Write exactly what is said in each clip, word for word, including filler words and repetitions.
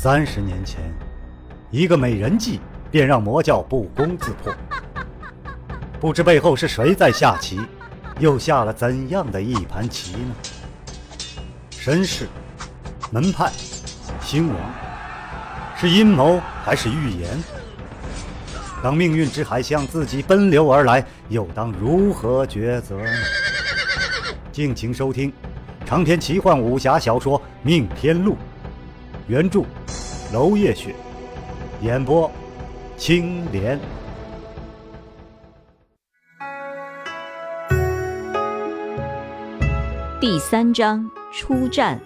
三十年前，一个美人计便让魔教不攻自破。不知背后是谁在下棋，又下了怎样的一盘棋呢？身世、门派、兴亡，是阴谋还是预言？当命运之海向自己奔流而来，又当如何抉择呢？敬请收听长篇奇幻武侠小说《命天录》，原著娄烨雪，演播青莲。 第三章出战。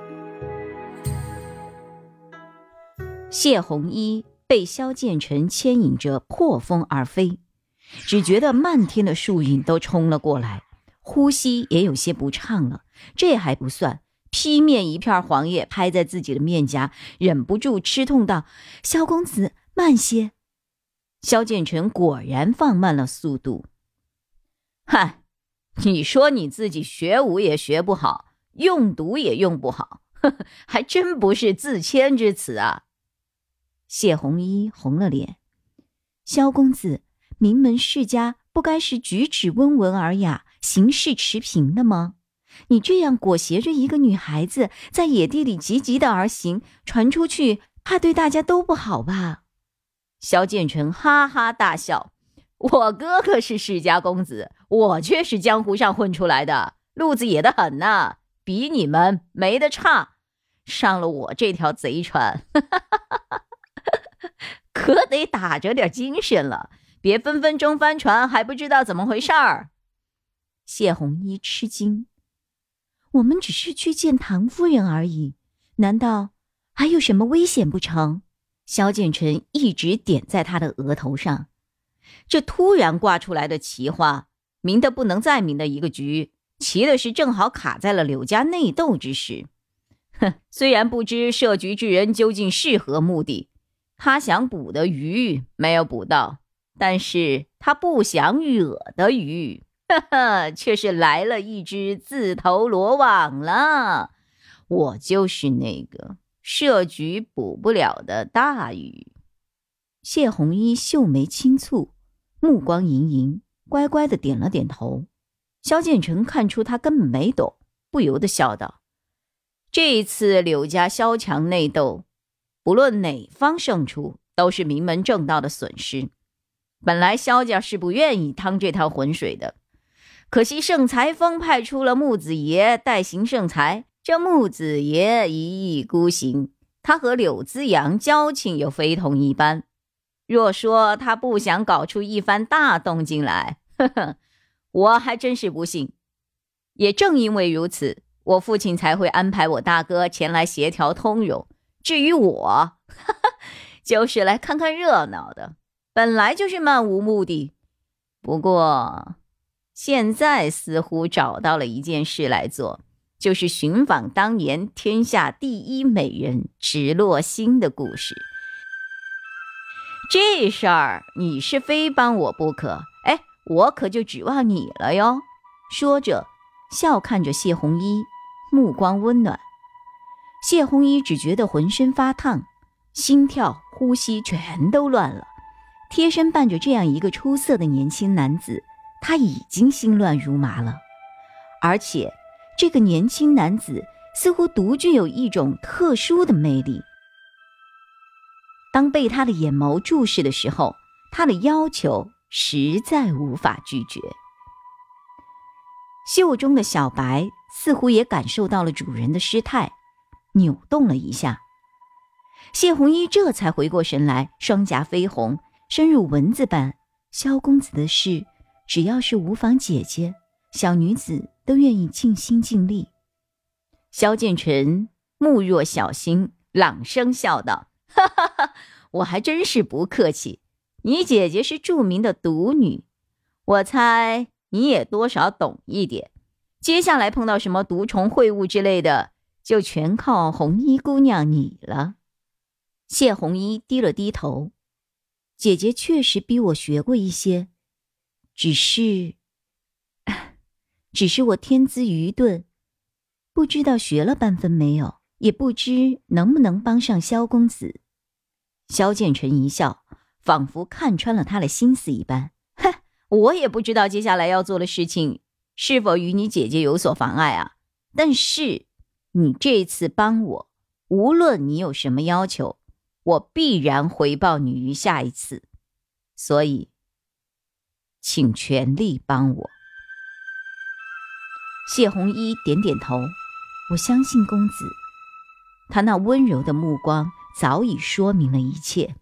谢红衣被萧剑尘牵引着破风而飞，只觉得漫天的树影都冲了过来，呼吸也有些不畅了。这还不算，劈面一片黄叶拍在自己的面颊，忍不住吃痛道：萧公子慢些。萧剑尘果然放慢了速度。嗨，你说你自己学武也学不好，用毒也用不好，呵呵，还真不是自谦之词啊。谢红衣红了脸，萧公子，名门世家不该是举止温文尔雅，行事持平的吗？你这样裹挟着一个女孩子在野地里急急的而行，传出去怕对大家都不好吧？萧剑尘哈哈大笑，我哥哥是世家公子，我却是江湖上混出来的，路子野得很呐，比你们没得差，上了我这条贼船可得打着点精神了，别分分钟翻船还不知道怎么回事儿。谢红衣吃惊，我们只是去见唐夫人而已，难道还有什么危险不成？萧剑尘一直点在他的额头上，这突然挂出来的奇话，明得不能再明的一个局，奇的是正好卡在了柳家内斗之时。哼，虽然不知设局之人究竟是何目的，他想捕的鱼没有捕到，但是他不想惹的鱼，呵呵，却是来了一只自投罗网了。我就是那个设局捕不了的大鱼。谢红衣秀眉轻蹙，目光盈盈，乖乖地点了点头。萧剑尘看出他根本没懂，不由得笑道：这一次柳家萧墙内斗，不论哪方胜出，都是名门正道的损失。本来萧家是不愿意趟这趟浑水的，可惜盛才峰派出了木子爷代行盛才，这木子爷一意孤行，他和柳资阳交情又非同一般。若说他不想搞出一番大动静来，呵呵，我还真是不信。也正因为如此，我父亲才会安排我大哥前来协调通融。至于我，呵呵，就是来看看热闹的，本来就是漫无目的。不过现在似乎找到了一件事来做，就是寻访当年天下第一美人直落心的故事。这事儿你是非帮我不可，哎，我可就指望你了哟。说着笑看着谢红衣，目光温暖。谢红衣只觉得浑身发烫，心跳呼吸全都乱了。贴身伴着这样一个出色的年轻男子，他已经心乱如麻了。而且这个年轻男子似乎独具有一种特殊的魅力，当被他的眼眸注视的时候，他的要求实在无法拒绝。袖中的小白似乎也感受到了主人的失态，扭动了一下。谢红衣这才回过神来，双颊绯红，深入蚊子般。萧公子的事，只要是无妨姐姐，小女子都愿意尽心尽力。萧剑尘目若小星，朗声笑道：哈哈哈，我还真是不客气，你姐姐是著名的毒女，我猜你也多少懂一点。接下来碰到什么毒虫秽物之类的，就全靠红衣姑娘你了。谢红衣低了低头，姐姐确实比我学过一些，只是只是我天资愚钝，不知道学了半分没有， 也不知能不能帮上萧公子。萧剑尘一笑，仿佛看穿了他的心思一般。哼，我也不知道接下来要做的事情是否与你姐姐有所妨碍啊，但是你这次帮我，无论你有什么要求，我必然回报你于下一次，所以请全力帮我。谢红衣点点头，我相信公子。他那温柔的目光早已说明了一切。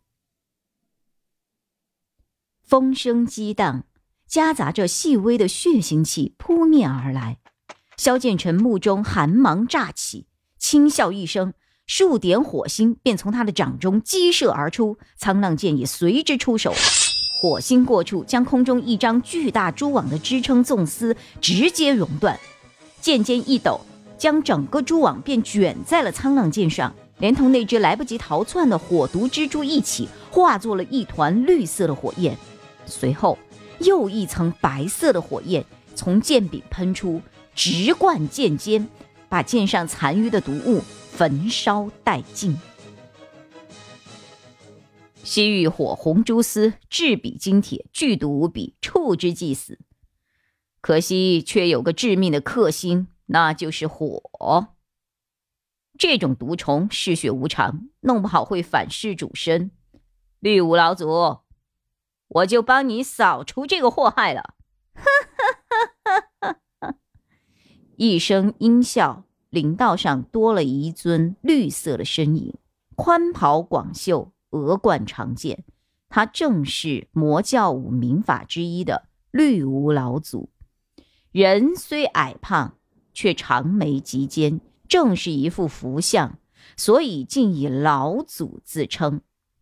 风声激荡，夹杂着细微的血腥气扑面而来。萧剑尘目中寒芒乍起，轻笑一声，数点火星便从他的掌中激射而出，沧浪剑也随之出手。火星过处，将空中一张巨大蛛网的支撑纵丝直接熔断，剑尖一抖，将整个蛛网便卷在了沧浪剑上，连同那只来不及逃窜的火毒蜘蛛一起化作了一团绿色的火焰。随后又一层白色的火焰从剑柄喷出，直贯剑尖，把剑上残余的毒物焚烧殆尽。西域火红蛛丝质比金铁，剧毒无比，触之即死。可惜却有个致命的克星，那就是火。这种毒虫嗜血无常，弄不好会反噬主身。绿芜老祖，我就帮你扫除这个祸害了。一声阴笑，林道上多了一尊绿色的身影，宽袍广袖，额冠长剑，他正是魔教五名法之一的绿芜老祖。人虽矮胖，却长眉及肩，正是一副福相，所以竟以老祖自称。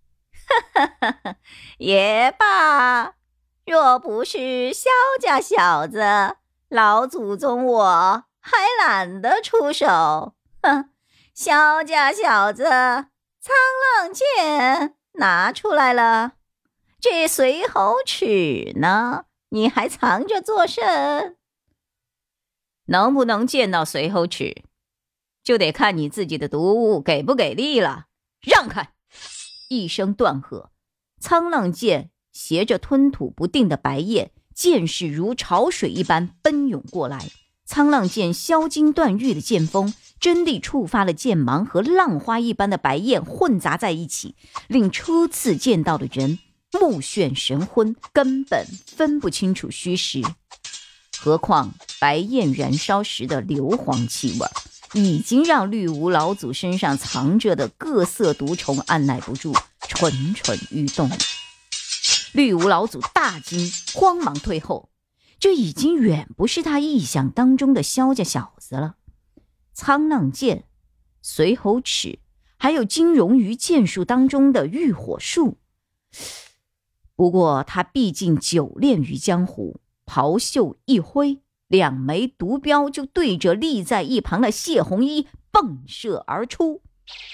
也罢，若不是萧家小子，老祖宗我还懒得出手。哼，萧家小子，沧浪剑拿出来了，这随侯尺呢？你还藏着作甚？能不能见到随侯尺，就得看你自己的毒物给不给力了。让开！一声断喝，沧浪剑携着吞吐不定的白焰，剑势如潮水一般奔涌过来。沧浪剑削金断玉的剑锋，真力触发了剑芒和浪花一般的白焰混杂在一起，令初次见到的人目眩神昏，根本分不清楚虚实。何况白焰燃烧时的硫磺气味，已经让绿芜老祖身上藏着的各色毒虫按耐不住，蠢蠢欲动。绿芜老祖大惊，慌忙退后。这已经远不是他意想当中的萧家小子了。沧浪剑、随侯尺，还有金融于剑术当中的浴火术。不过他毕竟久练于江湖，袍袖一挥，两枚毒镖就对着立在一旁的谢红衣迸射而出。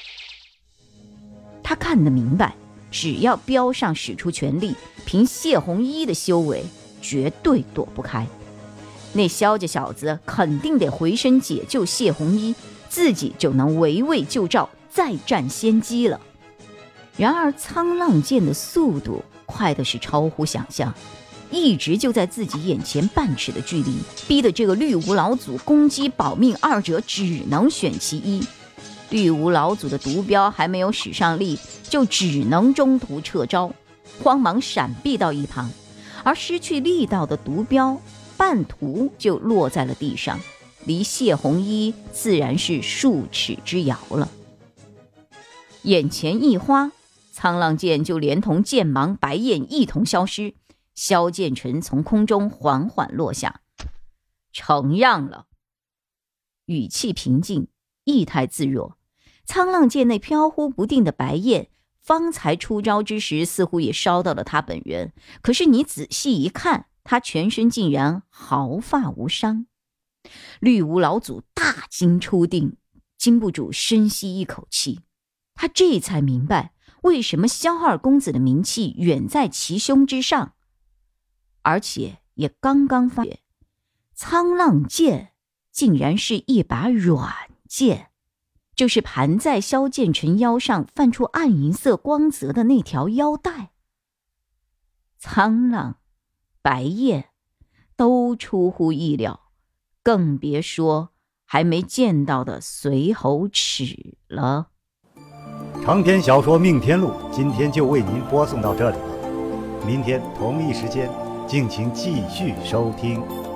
他看得明白，只要镖上使出全力，凭谢红衣的修为，绝对躲不开。那萧家小子肯定得回身解救谢红衣，自己就能围魏救赵，再占先机了。然而沧浪剑的速度快的是超乎想象，一直就在自己眼前半尺的距离，逼得这个绿芜老祖攻击保命二者只能选其一。绿芜老祖的毒镖还没有使上力，就只能中途撤招，慌忙闪避到一旁，而失去力道的毒镖半途就落在了地上，离谢红衣自然是数尺之遥了。眼前一花，沧浪剑就连同剑芒白焰一同消失，萧剑尘从空中缓缓落下。承让了，语气平静，意态自若。沧浪剑内飘忽不定的白焰，方才出招之时似乎也烧到了他本人，可是你仔细一看，他全身竟然毫发无伤。绿芜老祖大惊初定，禁不住深吸一口气。他这才明白，为什么萧二公子的名气远在其胸之上，而且也刚刚发觉沧浪剑竟然是一把软剑。 就是盘在萧剑尘腰上泛出暗银色光泽的那条腰带。沧浪、白夜都出乎意料，更别说还没见到的随侯齿了。 长篇小说《命天录》今天就为您播送到这里了，明天同一时间敬请继续收听。